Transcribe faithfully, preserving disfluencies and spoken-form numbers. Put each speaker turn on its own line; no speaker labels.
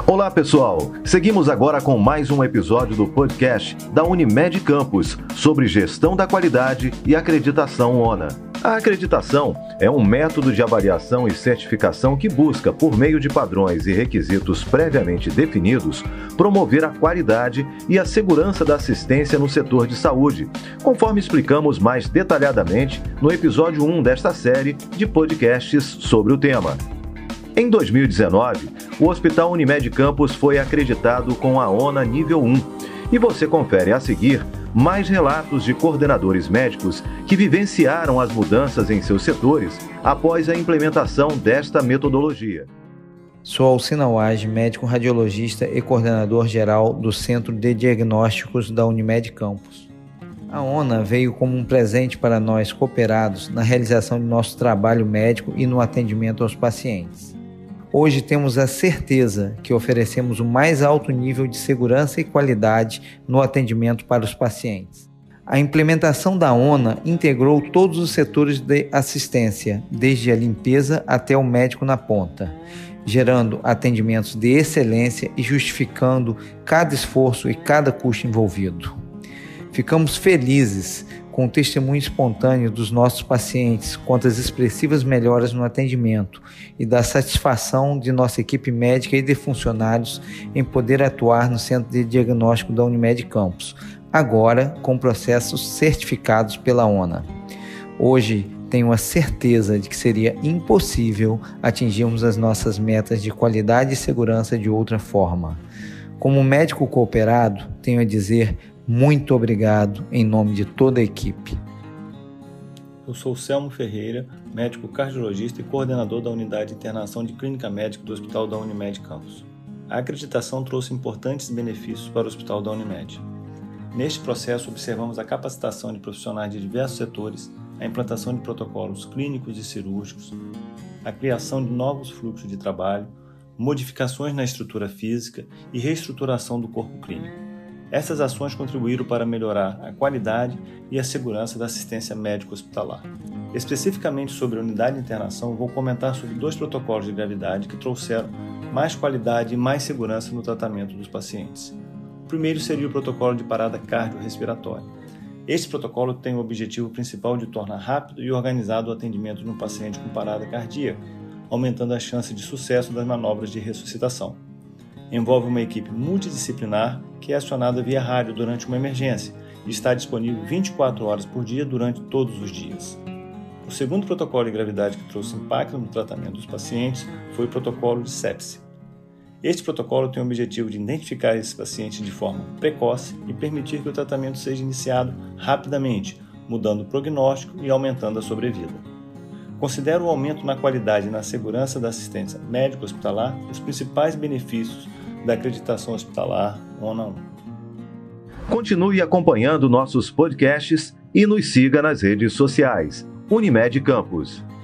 Olá pessoal, seguimos agora com mais um episódio do podcast da Unimed Campus sobre gestão da qualidade e acreditação ONA. A acreditação é um método de avaliação e certificação que busca, por meio de padrões e requisitos previamente definidos, promover a qualidade e a segurança da assistência no setor de saúde, conforme explicamos mais detalhadamente no episódio um desta série de podcasts sobre o tema. Em dois mil e dezenove, o Hospital Unimed Campus foi acreditado com a ONA Nível um e você confere a seguir mais relatos de coordenadores médicos que vivenciaram as mudanças em seus setores após a implementação desta metodologia.
Sou Alcina Wage, médico radiologista e coordenador geral do Centro de Diagnósticos da Unimed Campus. A ONA veio como um presente para nós cooperados na realização de nosso trabalho médico e no atendimento aos pacientes. Hoje temos a certeza que oferecemos o mais alto nível de segurança e qualidade no atendimento para os pacientes. A implementação da ONA integrou todos os setores de assistência, desde a limpeza até o médico na ponta, gerando atendimentos de excelência e justificando cada esforço e cada custo envolvido. Ficamos felizes com o testemunho espontâneo dos nossos pacientes quanto às expressivas melhoras no atendimento e da satisfação de nossa equipe médica e de funcionários em poder atuar no Centro de Diagnóstico da Unimed Campus, agora com processos certificados pela ONA. Hoje tenho a certeza de que seria impossível atingirmos as nossas metas de qualidade e segurança de outra forma. Como médico cooperado, tenho a dizer muito obrigado em nome de toda a equipe.
Eu sou Selmo Ferreira, médico cardiologista e coordenador da Unidade de Internação de Clínica Médica do Hospital da Unimed Campus. A acreditação trouxe importantes benefícios para o Hospital da Unimed. Neste processo, observamos a capacitação de profissionais de diversos setores, a implantação de protocolos clínicos e cirúrgicos, a criação de novos fluxos de trabalho, modificações na estrutura física e reestruturação do corpo clínico. Essas ações contribuíram para melhorar a qualidade e a segurança da assistência médico-hospitalar. Especificamente sobre a unidade de internação, vou comentar sobre dois protocolos de gravidade que trouxeram mais qualidade e mais segurança no tratamento dos pacientes. O primeiro seria o protocolo de parada cardiorrespiratória. Este protocolo tem o objetivo principal de tornar rápido e organizado o atendimento de um paciente com parada cardíaca, aumentando a chance de sucesso das manobras de ressuscitação. Envolve uma equipe multidisciplinar que é acionada via rádio durante uma emergência e está disponível vinte e quatro horas por dia durante todos os dias. O segundo protocolo de gravidade que trouxe impacto no tratamento dos pacientes foi o protocolo de sepse. Este protocolo tem o objetivo de identificar esses pacientes de forma precoce e permitir que o tratamento seja iniciado rapidamente, mudando o prognóstico e aumentando a sobrevida. Considero o aumento na qualidade e na segurança da assistência médico-hospitalar os principais benefícios da acreditação hospitalar ONA um.
Continue acompanhando nossos podcasts e nos siga nas redes sociais. Unimed Campus.